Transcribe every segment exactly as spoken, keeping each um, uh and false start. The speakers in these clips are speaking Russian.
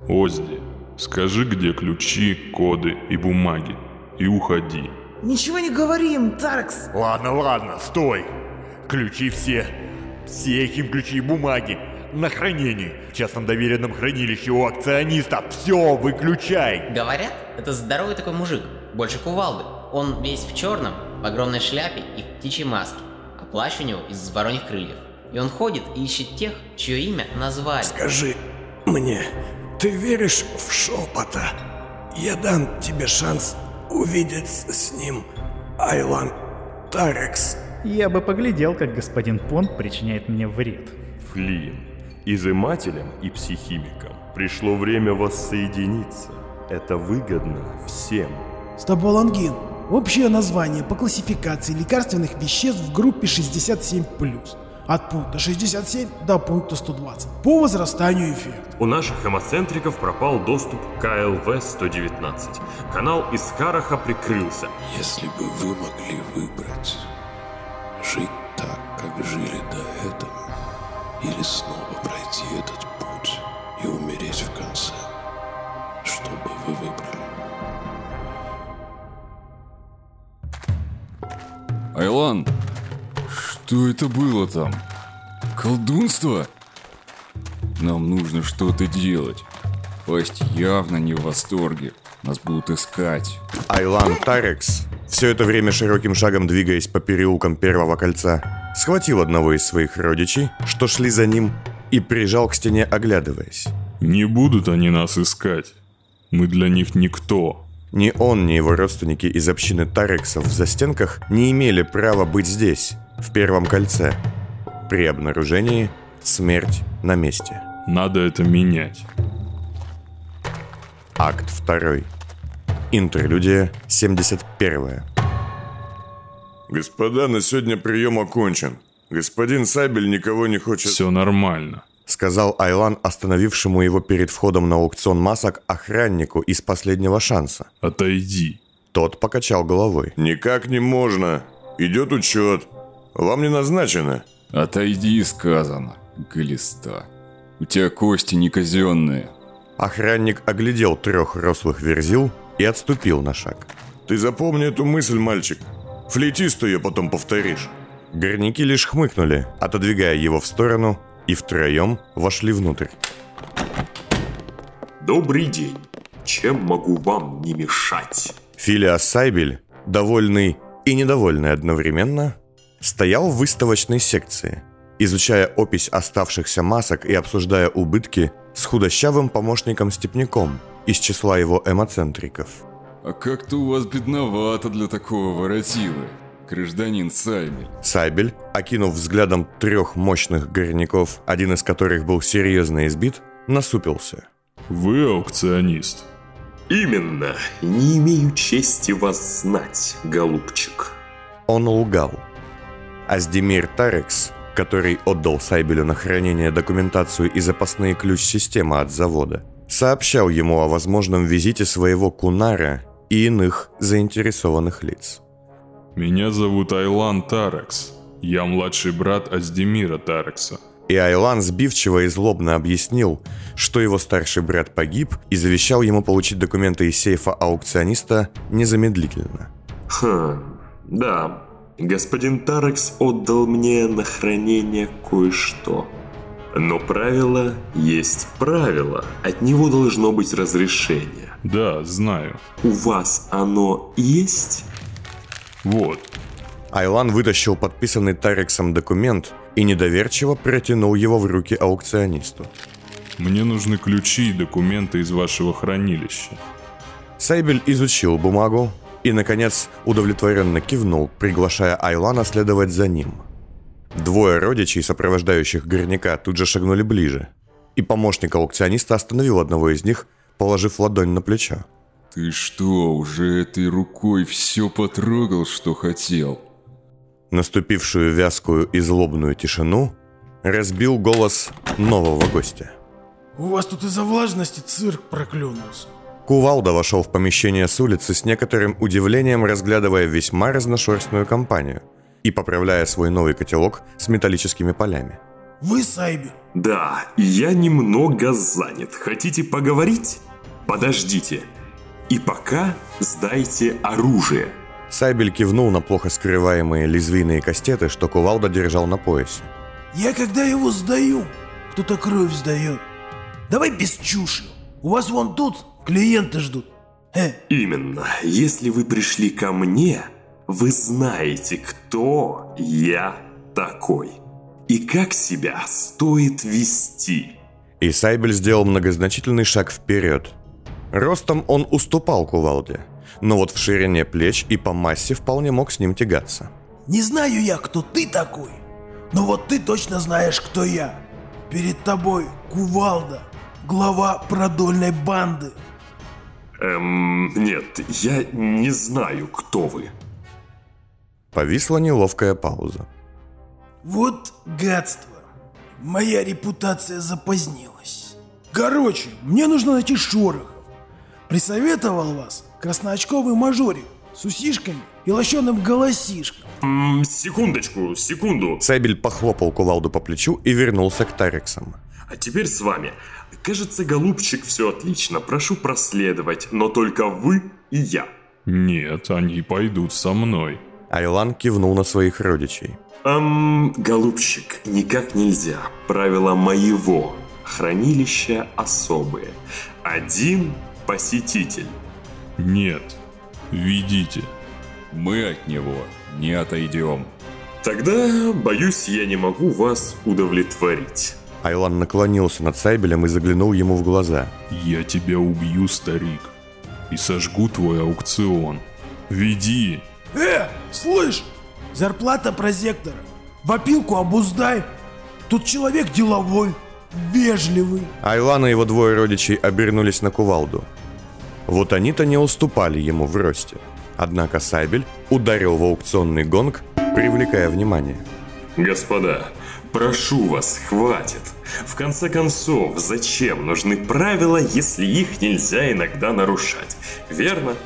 Озди, скажи, где ключи, коды и бумаги, и уходи. Ничего не говорим, Тарекс. Ладно, ладно, стой. Ключи все. Все их ключи и бумаги. На хранение. В частном доверенном хранилище у акциониста. Все, выключай. Говорят, это здоровый такой мужик, больше кувалды. Он весь в черном, в огромной шляпе и в птичьей маске. А плащ у него из вороньих крыльев. И он ходит и ищет тех, чье имя назвали. Скажи мне, ты веришь в шепота? Я дам тебе шанс увидеть с ним Айлан Тарекс. Я бы поглядел, как господин Понт причиняет мне вред. Флинн, изымателям и психимикам пришло время воссоединиться. Это выгодно всем. Стаболангин. Общее название по классификации лекарственных веществ в группе шестьдесят семь плюс. От пункта шестьдесят семь до пункта сто двадцать. По возрастанию эффекта. У наших эмоцентриков пропал доступ к ка эл вэ сто девятнадцать. Канал из Караха прикрылся. Если бы вы могли выбрать жить так, как жили до этого, или снова пройти этот путь и умереть в конце, что бы вы выбрали? Айлан, что это было там? Колдунство? Нам нужно что-то делать. Власть явно не в восторге. Нас будут искать. Айлан Тарекс, все это время широким шагом двигаясь по переулкам Первого кольца, схватил одного из своих родичей, что шли за ним, и прижал к стене, оглядываясь. Не будут они нас искать. Мы для них никто. Ни он, ни его родственники из общины Тарексов в застенках не имели права быть здесь, в Первом кольце. При обнаружении смерть на месте. Надо это менять. Акт второй. Интерлюдия семьдесят первая. Господа, на сегодня прием окончен. Господин Сайбель никого не хочет... Все нормально, сказал Айлан, остановившему его перед входом на аукцион масок охраннику из последнего шанса. Отойди. Тот покачал головой. Никак не можно. Идет учет. Вам не назначено. Отойди, сказано, глиста. У тебя кости не казенные. Охранник оглядел трех рослых верзил и отступил на шаг. Ты запомни эту мысль, мальчик. Флейтисту ее потом повторишь. Горняки лишь хмыкнули, отодвигая его в сторону, и втроем вошли внутрь. Добрый день. Чем могу вам не мешать? Филиас Сайбель, довольный и недовольный одновременно, стоял в выставочной секции, изучая опись оставшихся масок и обсуждая убытки с худощавым помощником-степняком из числа его эмоцентриков. А как-то у вас бедновато для такого воротилы, гражданин Сайбель. Сайбель, окинув взглядом трех мощных горняков, один из которых был серьезно избит, насупился. Вы аукционист? Именно. Не имею чести вас знать, голубчик. Он лгал. Аздемир Тарекс, который отдал Сайбелю на хранение документацию и запасные ключ-системы от завода, сообщал ему о возможном визите своего кунара и иных заинтересованных лиц. Меня зовут Айлан Тарекс. Я младший брат Аздемира Тарекса. И Айлан сбивчиво и злобно объяснил, что его старший брат погиб и завещал ему получить документы из сейфа аукциониста незамедлительно. Хм, да. Господин Тарекс отдал мне на хранение кое-что. Но правило есть правило. От него должно быть разрешение. Да, знаю. У вас оно есть? Вот. Айлан вытащил подписанный Тарексом документ и недоверчиво протянул его в руки аукционисту. Мне нужны ключи и документы из вашего хранилища. Сайбель изучил бумагу и, наконец, удовлетворенно кивнул, приглашая Айлана следовать за ним. Двое родичей, сопровождающих горняка, тут же шагнули ближе, и помощник аукциониста остановил одного из них, положив ладонь на плечо. Ты что, уже этой рукой все потрогал, что хотел? Наступившую вязкую и злобную тишину разбил голос нового гостя. У вас тут из-за влажности цирк проклюнулся. Кувалда вошел в помещение с улицы с некоторым удивлением, разглядывая весьма разношерстную компанию и поправляя свой новый котелок с металлическими полями. Вы Сайбель? Да, я немного занят. Хотите поговорить? Подождите. И пока сдайте оружие. Сайбель кивнул на плохо скрываемые лезвийные кастеты, что кувалда держал на поясе. Я когда его сдаю, кто-то кровь сдает. Давай без чуши. У вас вон тут клиенты ждут. Э. Именно. Если вы пришли ко мне, вы знаете, кто я такой. И как себя стоит вести. И Сайбель сделал многозначительный шаг вперед. Ростом он уступал кувалде, но вот в ширине плеч и по массе вполне мог с ним тягаться. Не знаю я, кто ты такой, но вот ты точно знаешь, кто я. Перед тобой кувалда, глава продольной банды. Эм, нет, я не знаю, кто вы. Повисла неловкая пауза. Вот гадство. Моя репутация запозднилась. Короче, мне нужно найти Шорохов. Присоветовал вас красноочковый мажорик с усишками и лощеным голосишком. М-м, секундочку, секунду. Сайбель похлопал кувалду по плечу и вернулся к Тарексам. А теперь с вами. Кажется, голубчик, все отлично. Прошу проследовать, но только вы и я. Нет, они пойдут со мной. Айлан кивнул на своих родичей. Эм, голубчик, никак нельзя. Правила моего хранилища особые. Один посетитель. Нет, ведите. Мы от него не отойдем. Тогда, боюсь, я не могу вас удовлетворить. Айлан наклонился над Сайбелем и заглянул ему в глаза. Я тебя убью, старик, и сожгу твой аукцион. Веди. Э, слышь, зарплата прозектора. В опилку обуздай. Тут человек деловой, вежливый. Айлан и его двое родичей обернулись на кувалду. Вот они-то не уступали ему в росте. Однако Сайбель ударил в аукционный гонг, привлекая внимание. Господа, прошу вас, хватит. В конце концов, зачем нужны правила, если их нельзя иногда нарушать? Верно?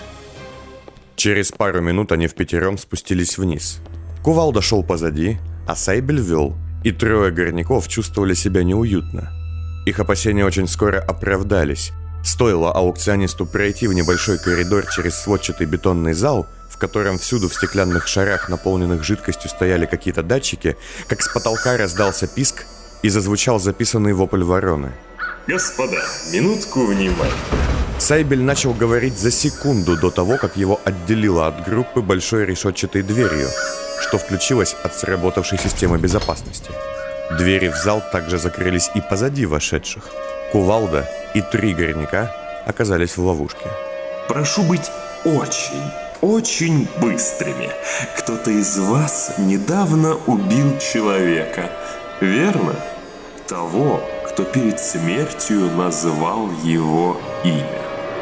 Через пару минут они впятером спустились вниз. Кувалда шел позади, а Сайбель вел, и трое горняков чувствовали себя неуютно. Их опасения очень скоро оправдались. Стоило аукционисту пройти в небольшой коридор через сводчатый бетонный зал, в котором всюду в стеклянных шарах, наполненных жидкостью, стояли какие-то датчики, как с потолка раздался писк и зазвучал записанный вопль вороны. Господа, минутку внимания. Сайбель начал говорить за секунду до того, как его отделило от группы большой решетчатой дверью, что включилось от сработавшей системы безопасности. Двери в зал также закрылись и позади вошедших. Кувалда и три горняка оказались в ловушке. Прошу быть очень, очень быстрыми. Кто-то из вас недавно убил человека, верно? Того, кто перед смертью назвал его имя.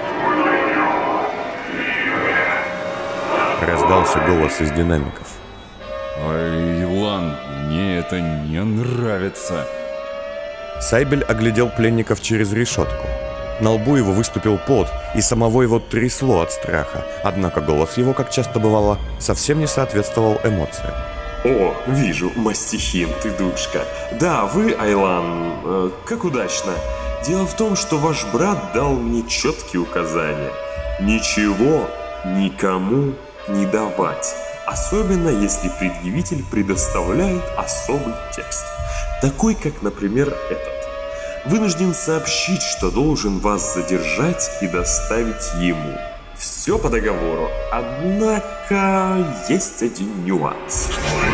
Раздался голос из динамиков. Айлан, мне это не нравится. Сайбель оглядел пленников через решетку. На лбу его выступил пот, и самого его трясло от страха. Однако голос его, как часто бывало, совсем не соответствовал эмоциям. О, вижу, мастихин ты, душка. Да, вы, Айлан, э, как удачно. Дело в том, что ваш брат дал мне четкие указания. Ничего никому не давать. Особенно, если предъявитель предоставляет особый текст. Такой, как, например, этот. Вынужден сообщить, что должен вас задержать и доставить ему. Все по договору. Однако есть один нюанс.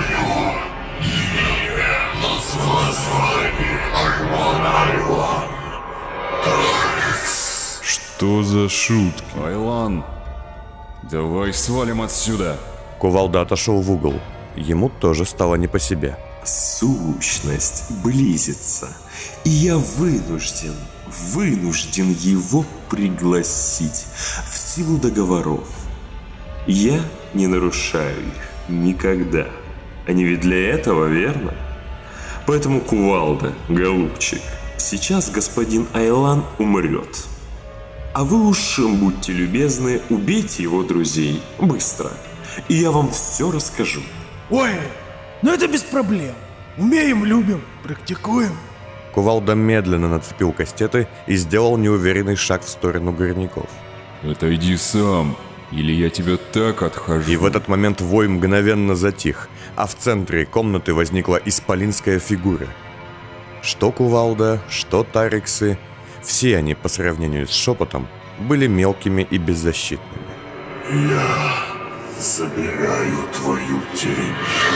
Что за шутки? Айлан, давай свалим отсюда. Кувалда отошел в угол. Ему тоже стало не по себе. Сущность близится, и я вынужден, вынужден его пригласить в силу договоров. Я не нарушаю их никогда. Они ведь для этого, верно? Поэтому, Кувалда, голубчик, сейчас господин Айлан умрет. А вы уж, будьте любезны, убейте его друзей быстро, и я вам все расскажу. Ой, ну это без проблем. Умеем, любим, практикуем. Кувалда медленно нацепил кастеты и сделал неуверенный шаг в сторону горняков. Отойди сам, или я тебя так отхожу. И в этот момент вой мгновенно затих, а в центре комнаты возникла исполинская фигура. Что Кувалда, что Тариксы, все они по сравнению с Шепотом были мелкими и беззащитными. Я забираю твою тень,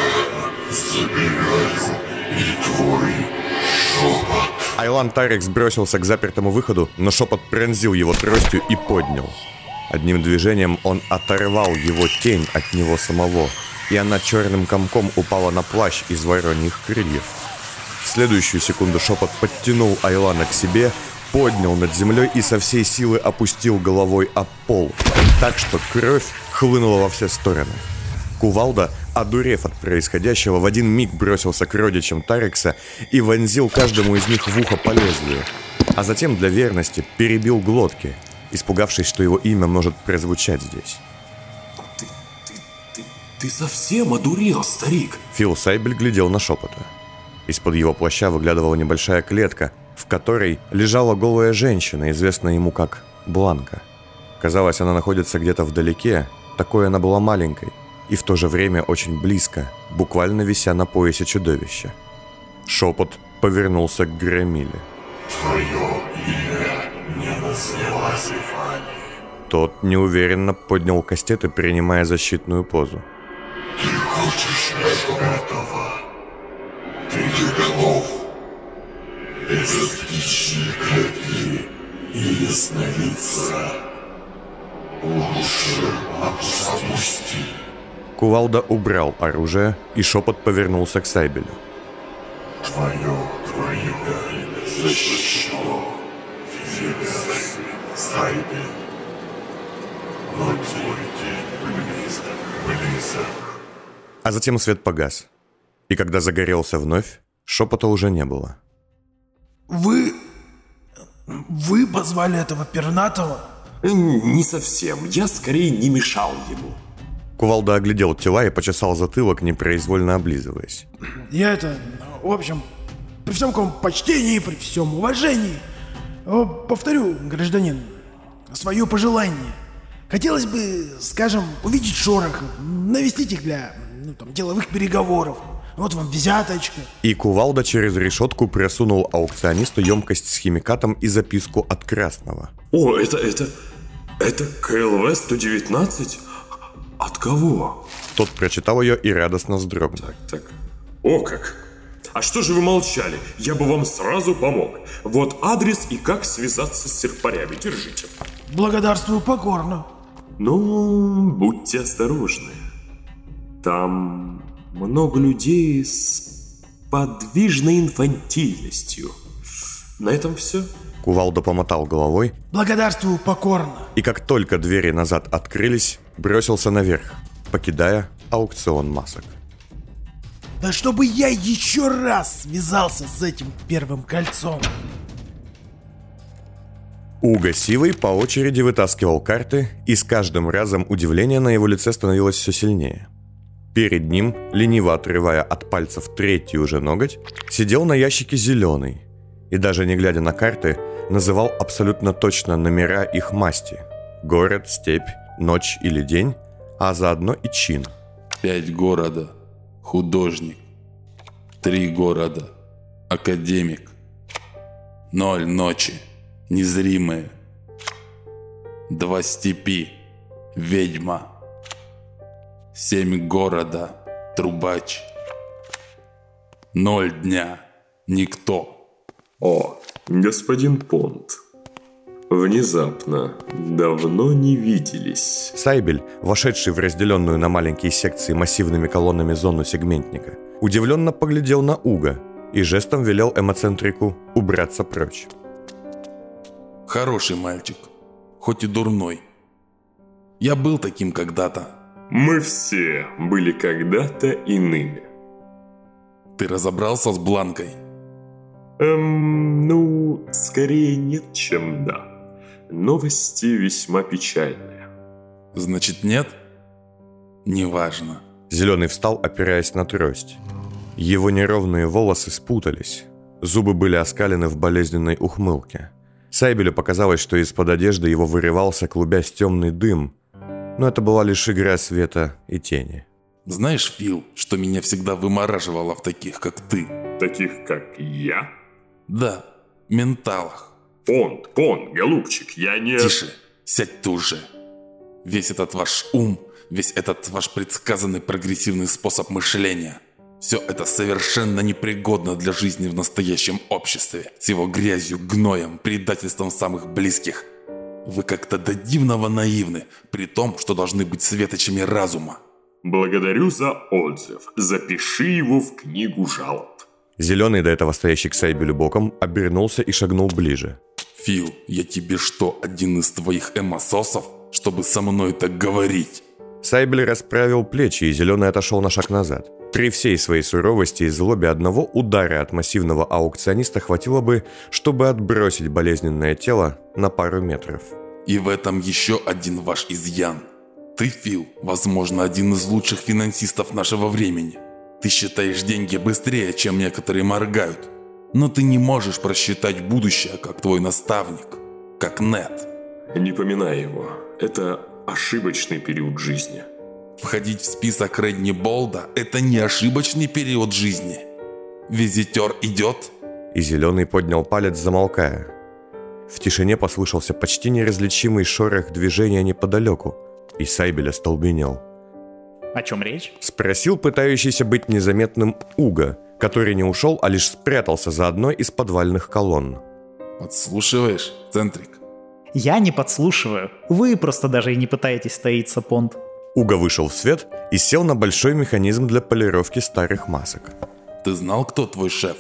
забираю и твой шепот. Айлан Тарикс бросился к запертому выходу, но Шепот пронзил его тростью и поднял. Одним движением он оторвал его тень от него самого, и она черным комком упала на плащ из вороньих крыльев. В следующую секунду Шепот подтянул Айлана к себе, поднял над землей и со всей силы опустил головой об пол, так что кровь хлынула во все стороны. Кувалда, одурев от происходящего, в один миг бросился к родичам Тарикса и вонзил каждому из них в ухо по лезвию, а затем для верности перебил глотки, испугавшись, что его имя может прозвучать здесь. Ты, ты, ты, ты совсем одурел, старик? Фил Сайбель глядел на Шепота. Из-под его плаща выглядывала небольшая клетка, в которой лежала голая женщина, известная ему как Бланка. Казалось, она находится где-то вдалеке, такой она была маленькой, и в то же время очень близко, буквально вися на поясе чудовища. Шепот повернулся к Громиле. Твое имя не называлось Ивани. Тот неуверенно поднял кастеты, принимая защитную позу. Ты хочешь этого? Ты готов? Без птичьей клетки и ясновидца. Лучше опусти. Кувалда убрал оружие, и Шепот повернулся к Сайбелю. Твое, твое имя защищено. Фибес, Сайбель. Но твой день близок, близок. А затем свет погас. И когда загорелся вновь, Шепота уже не было. Вы... Вы позвали этого пернатого? Не совсем. Я скорее не мешал ему. Кувалда оглядел тела и почесал затылок, непроизвольно облизываясь. Я это... В общем, при всем каком почтении, при всем уважении, повторю, гражданин, свое пожелание. Хотелось бы, скажем, увидеть шорохов, навестить их для, ну, там, деловых переговоров. Вот вам взяточка. И Кувалда через решетку просунул аукционисту емкость с химикатом и записку от Красного. О, это, это, это КЛВ сто девятнадцать? От кого? Тот прочитал ее и радостно вздрогнул. Так, так. О как! А что же вы молчали? Я бы вам сразу помог. Вот адрес и как связаться с серпарями. Держите. Благодарствую покорно. Ну, будьте осторожны. Там много людей с подвижной инфантильностью. На этом все. Кувалда помотал головой. Благодарствую покорно. И как только двери назад открылись, бросился наверх, покидая аукцион масок. Да чтобы я еще раз связался с этим первым кольцом. Уго Сивый по очереди вытаскивал карты, и с каждым разом удивление на его лице становилось все сильнее. Перед ним, лениво отрывая от пальцев третий уже ноготь, сидел на ящике зеленый, и даже не глядя на карты, называл абсолютно точно номера их масти: город, степь, ночь или день, а заодно и чин. Пять города. Художник. Три города. Академик. Ноль ночи. Незримые. Два степи. Ведьма. Семь города. Трубач. Ноль дня. Никто. О, господин Понт. Внезапно. Давно не виделись. Сайбель, вошедший в разделенную на маленькие секции массивными колоннами зону сегментника, удивленно поглядел на Уго и жестом велел эмоцентрику убраться прочь. Хороший мальчик, хоть и дурной. Я был таким когда-то. Мы все были когда-то иными. Ты разобрался с Бланкой? Эм, ну, скорее нет, чем да. Новости весьма печальные. Значит, нет? Неважно. Зеленый встал, опираясь на трость. Его неровные волосы спутались. Зубы были оскалены в болезненной ухмылке. Сайбелю показалось, что из-под одежды его вырывался, клубясь темный дым. Но это была лишь игра света и тени. Знаешь, Фил, что меня всегда вымораживало в таких, как ты? Таких, как я? Да, менталах. Понт, понт, голубчик, я не... Тише, сядь ты уже. Весь этот ваш ум, весь этот ваш предсказанный прогрессивный способ мышления, все это совершенно непригодно для жизни в настоящем обществе, с его грязью, гноем, предательством самых близких. Вы как-то до дивного наивны, при том, что должны быть светочами разума. Благодарю за отзыв. Запиши его в книгу жалоб. Зеленый, до этого стоящий к Сайбелю боком, обернулся и шагнул ближе. Фил, я тебе что, один из твоих эмососов, чтобы со мной так говорить? Сайбель расправил плечи, и Зеленый отошел на шаг назад. При всей своей суровости и злобе одного удара от массивного аукциониста хватило бы, чтобы отбросить болезненное тело на пару метров. И в этом еще один ваш изъян. Ты, Фил, возможно, один из лучших финансистов нашего времени. Ты считаешь деньги быстрее, чем некоторые моргают. Но ты не можешь просчитать будущее, как твой наставник, как Нед. Не поминай его. Это ошибочный период жизни. Входить в список Редни Болда – это не ошибочный период жизни. Визитер идет? И Зеленый поднял палец, замолкая. В тишине послышался почти неразличимый шорох движения неподалеку, и Сайбель остолбенел. О чем речь? Спросил пытающийся быть незаметным Уга, который не ушел, а лишь спрятался за одной из подвальных колонн. Подслушиваешь, Центрик? Я не подслушиваю. Вы просто даже и не пытаетесь таиться, Понт. Уга вышел в свет и сел на большой механизм для полировки старых масок. Ты знал, кто твой шеф?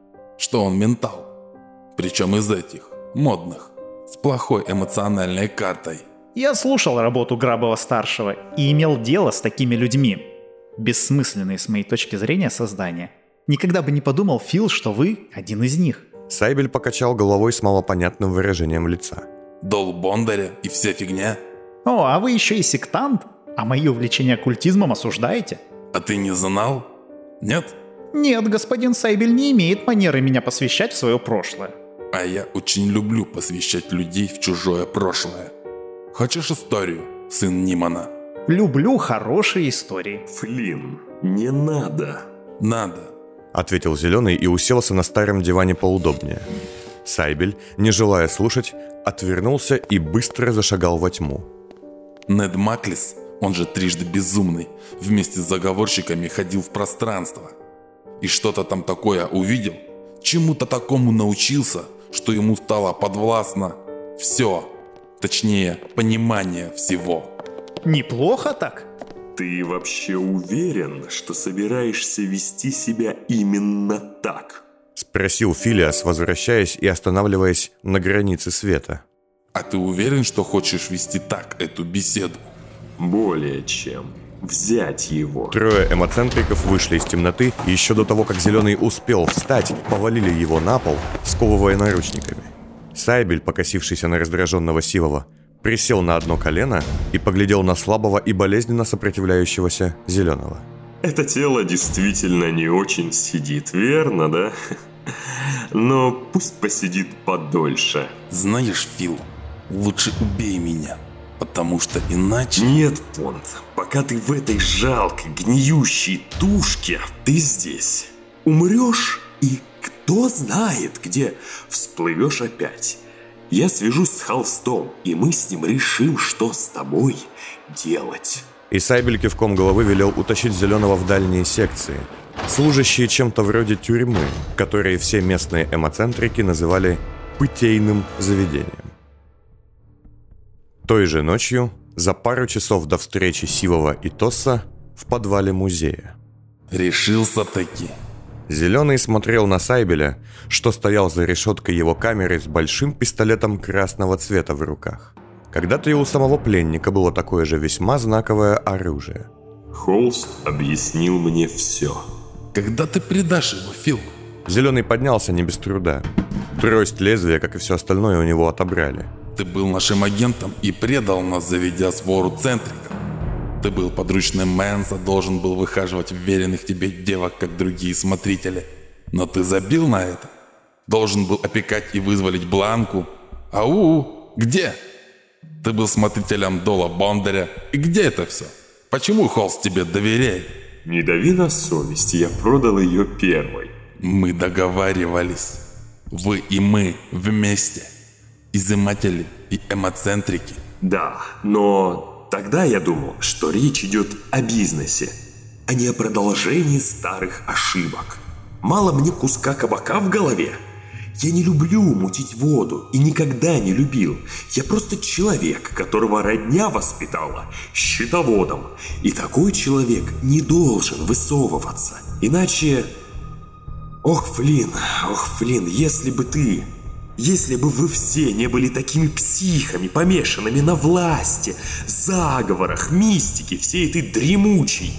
Что он ментал? Причем из этих, модных, с плохой эмоциональной картой. Я слушал работу Грабова-старшего и имел дело с такими людьми. Бессмысленные с моей точки зрения создания. Никогда бы не подумал, Фил, что вы один из них. Сайбель покачал головой с малопонятным выражением лица. Дол Бондаря и вся фигня? О, а вы еще и сектант? А мои увлечения оккультизмом осуждаете? А ты не знал? Нет? Нет, господин Сайбель не имеет манеры меня посвящать в свое прошлое. А я очень люблю посвящать людей в чужое прошлое. Хочешь историю, сын Нимана? Люблю хорошие истории. Флинн, не надо. Надо. Ответил Зеленый и уселся на старом диване поудобнее. Сайбель, не желая слушать, отвернулся и быстро зашагал во тьму. Нед Маклис, он же трижды безумный, вместе с заговорщиками ходил в пространство. И что-то там такое увидел, чему-то такому научился, что ему стало подвластно все. Точнее, понимание всего. Неплохо так? Ты вообще уверен, что собираешься вести себя именно так? Спросил Филиас, возвращаясь и останавливаясь на границе света. А ты уверен, что хочешь вести так эту беседу? Более чем. Взять его. Трое эмоцентриков вышли из темноты, и еще до того, как Зеленый успел встать, повалили его на пол, сковывая наручниками. Сайбель, покосившийся на раздраженного Сивова, присел на одно колено и поглядел на слабого и болезненно сопротивляющегося Зеленого. Это тело действительно не очень сидит, верно, да? Но пусть посидит подольше. Знаешь, Фил, лучше убей меня, потому что иначе... Нет, Понт, пока ты в этой жалкой, гниющей тушке, ты здесь. Умрешь, и кто знает, где всплывешь опять. Я свяжусь с Холстом, и мы с ним решим, что с тобой делать. И Сайбель кивком головы велел утащить Зеленого в дальние секции, служащие чем-то вроде тюрьмы, которые все местные эмоцентрики называли «пытейным заведением». Той же ночью, за пару часов до встречи Сивова и Тосса, в подвале музея. Решился-таки. Зеленый смотрел на Сайбеля, что стоял за решеткой его камеры с большим пистолетом красного цвета в руках. Когда-то и у самого пленника было такое же весьма знаковое оружие. Холст объяснил мне все. Когда ты предашь его, Фил? Зеленый поднялся не без труда. Трость лезвия, как и все остальное, у него отобрали. Ты был нашим агентом и предал нас, заведя свору Центрика. Ты был подручным Мэнса, должен был выхаживать веренных тебе девок, как другие смотрители. Но ты забил на это. Должен был опекать и вызволить Бланку. Ау, где? Ты был смотрителем Дола Бондаря. И где это все? Почему Холст тебе доверяет? Не дави на совесть, я продал ее первой. Мы договаривались. Вы и мы вместе. Изыматели и эмоцентрики. Да, но тогда я думал, что речь идет о бизнесе, а не о продолжении старых ошибок. Мало мне куска кабака в голове. Я не люблю мутить воду и никогда не любил. Я просто человек, которого родня воспитала счетоводом. И такой человек не должен высовываться. Иначе... Ох, Флинн, ох, Флинн, если бы ты... Если бы вы все не были такими психами, помешанными на власти, заговорах, мистике, всей этой дремучей.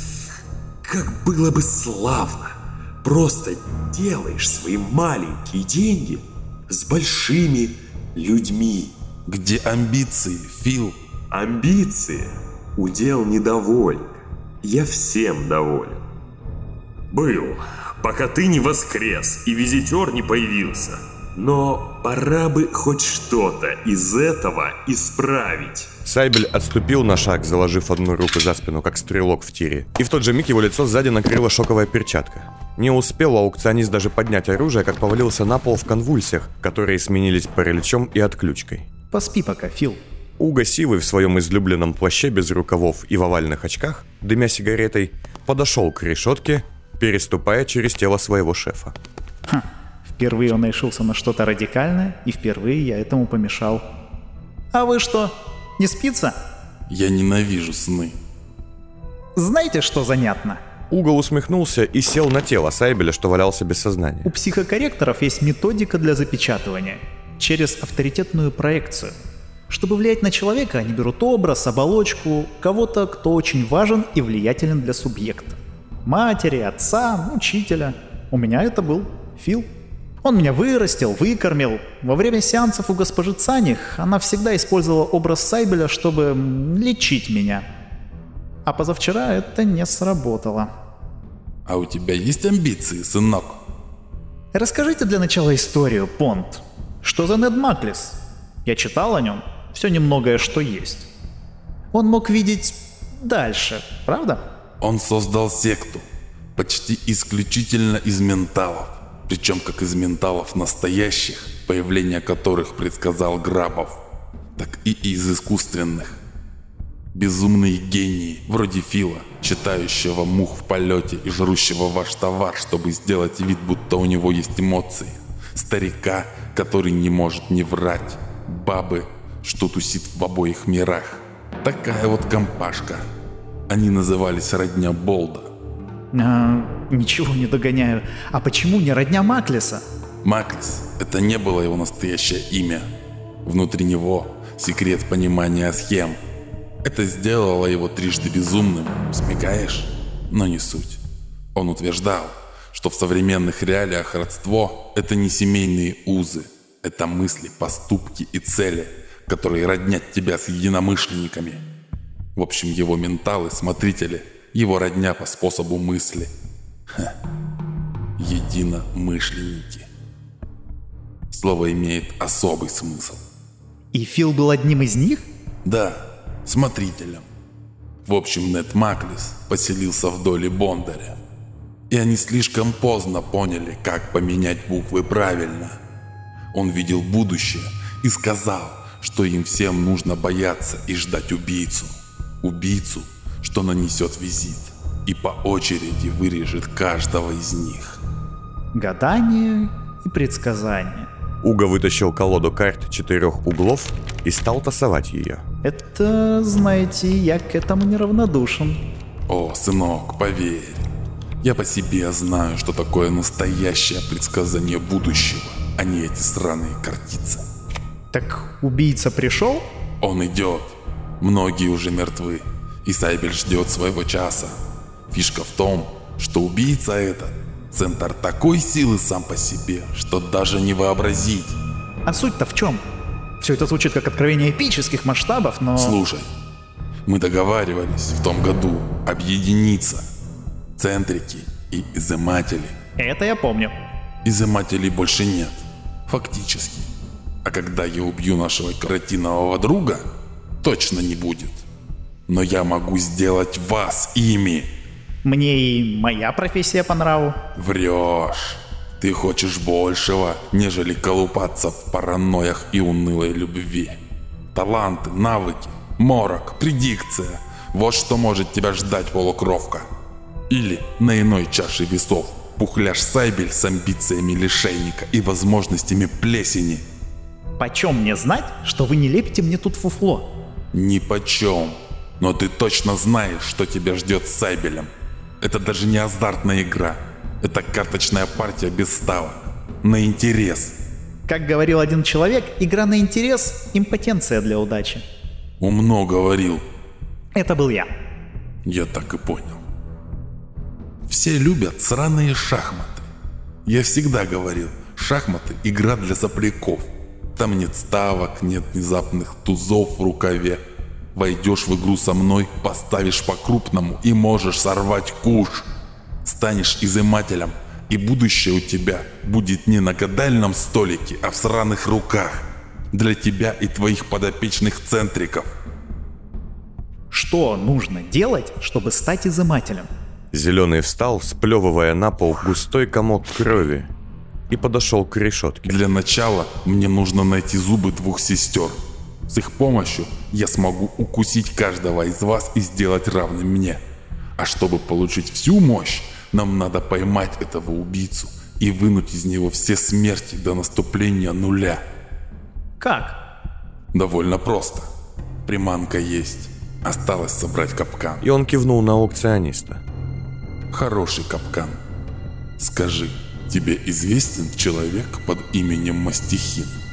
Как было бы славно. Просто делаешь свои маленькие деньги с большими людьми. Где амбиции, Фил? Амбиции – удел недовольных. Я всем доволен. Был, пока ты не воскрес и визитер не появился. Но пора бы хоть что-то из этого исправить. Сайбель отступил на шаг, заложив одну руку за спину, как стрелок в тире. И в тот же миг его лицо сзади накрыла шоковая перчатка. Не успел аукционист даже поднять оружие, как повалился на пол в конвульсиях, которые сменились параличом и отключкой. Поспи пока, Фил. Уго Сивый в своем излюбленном плаще без рукавов и в овальных очках, дымя сигаретой, подошел к решетке, переступая через тело своего шефа. Хм. Впервые он решился на что-то радикальное, и впервые я этому помешал. А вы что, не спится? Я ненавижу сны. Знаете, что занятно? Уго усмехнулся и сел на тело Сайбеля, что валялся без сознания. У психокорректоров есть методика для запечатывания. Через авторитетную проекцию. Чтобы влиять на человека, они берут образ, оболочку, кого-то, кто очень важен и влиятелен для субъекта. Матери, отца, учителя. У меня это был Фил. Он меня вырастил, выкормил. Во время сеансов у госпожи Цаних она всегда использовала образ Сайбеля, чтобы лечить меня. А позавчера это не сработало. А у тебя есть амбиции, сынок? Расскажите для начала историю, Понт. Что за Нед Маклис? Я читал о нем. Все немногое, что есть. Он мог видеть дальше, правда? Он создал секту. Почти исключительно из менталов. Причем как из менталов настоящих, появление которых предсказал Грабов, так и из искусственных. Безумные гении, вроде Фила, читающего мух в полете и жрущего ваш товар, чтобы сделать вид, будто у него есть эмоции. Старика, который не может не врать. Бабы, что тусит в обоих мирах. Такая вот компашка. Они назывались родня Болда. А, ничего не догоняю. А почему не родня Маклиса? Маклис — это не было его настоящее имя. Внутри него секрет понимания схем. Это сделало его трижды безумным, смекаешь? Но не суть. Он утверждал, что в современных реалиях родство — это не семейные узы. Это мысли, поступки и цели, которые роднят тебя с единомышленниками. В общем, его менталы, смотрители — его родня по способу мысли. Ха. Единомышленники. Слово имеет особый смысл. И Фил был одним из них? Да, смотрителем. В общем, Нед Маклис поселился в доле Бондаря. И они слишком поздно поняли, как поменять буквы правильно. Он видел будущее и сказал, что им всем нужно бояться и ждать убийцу. Убийцу, что нанесет визит и по очереди вырежет каждого из них. Гадание и предсказание. Уго вытащил колоду карт четырех углов и стал тасовать ее. Это, знаете, я к этому неравнодушен. О, сынок, поверь. Я по себе знаю, что такое настоящее предсказание будущего, а не эти сраные картицы. Так убийца пришел? Он идет. Многие уже мертвы. И Сайбель ждет своего часа. Фишка в том, что убийца этот – центр такой силы сам по себе, что даже не вообразить. А суть-то в чем? Все это звучит как откровение эпических масштабов, но... Слушай, Мы договаривались в том году объединиться. Центрики и изыматели. Это я помню. Изымателей больше нет. Фактически. А когда я убью нашего каротинового друга, точно не будет. Но я могу сделать вас ими. Мне и моя профессия по нраву. Врешь. Ты хочешь большего, нежели колупаться в паранойях и унылой любви. Таланты, навыки, морок, предикция. Вот что может тебя ждать, полукровка. Или на иной чаше весов пухляш Сайбель с амбициями лишайника и возможностями плесени. Почем мне знать, что вы не лепите мне тут фуфло? Нипочем. Но ты точно знаешь, что тебя ждет с Сайбелем. Это даже не азартная игра. Это карточная партия без ставок. На интерес. Как говорил один человек, игра на интерес – импотенция для удачи. Умно говорил. Это был я. Я так и понял. Все любят сраные шахматы. Я всегда говорил, шахматы – игра для сопляков. Там нет ставок, нет внезапных тузов в рукаве. Войдешь в игру со мной, поставишь по-крупному и можешь сорвать куш. Станешь изымателем, и будущее у тебя будет не на гадальном столике, а в сраных руках. Для тебя и твоих подопечных центриков. Что нужно делать, чтобы стать изымателем? Зеленый встал, сплевывая на пол густой комок крови, и подошел к решетке. Для начала мне нужно найти зубы двух сестер. С их помощью я смогу укусить каждого из вас и сделать равным мне. А чтобы получить всю мощь, нам надо поймать этого убийцу и вынуть из него все смерти до наступления нуля. Как? Довольно просто. Приманка есть. Осталось собрать капкан. И он кивнул на аукциониста. Хороший капкан. Скажи, тебе известен человек под именем Мастихин?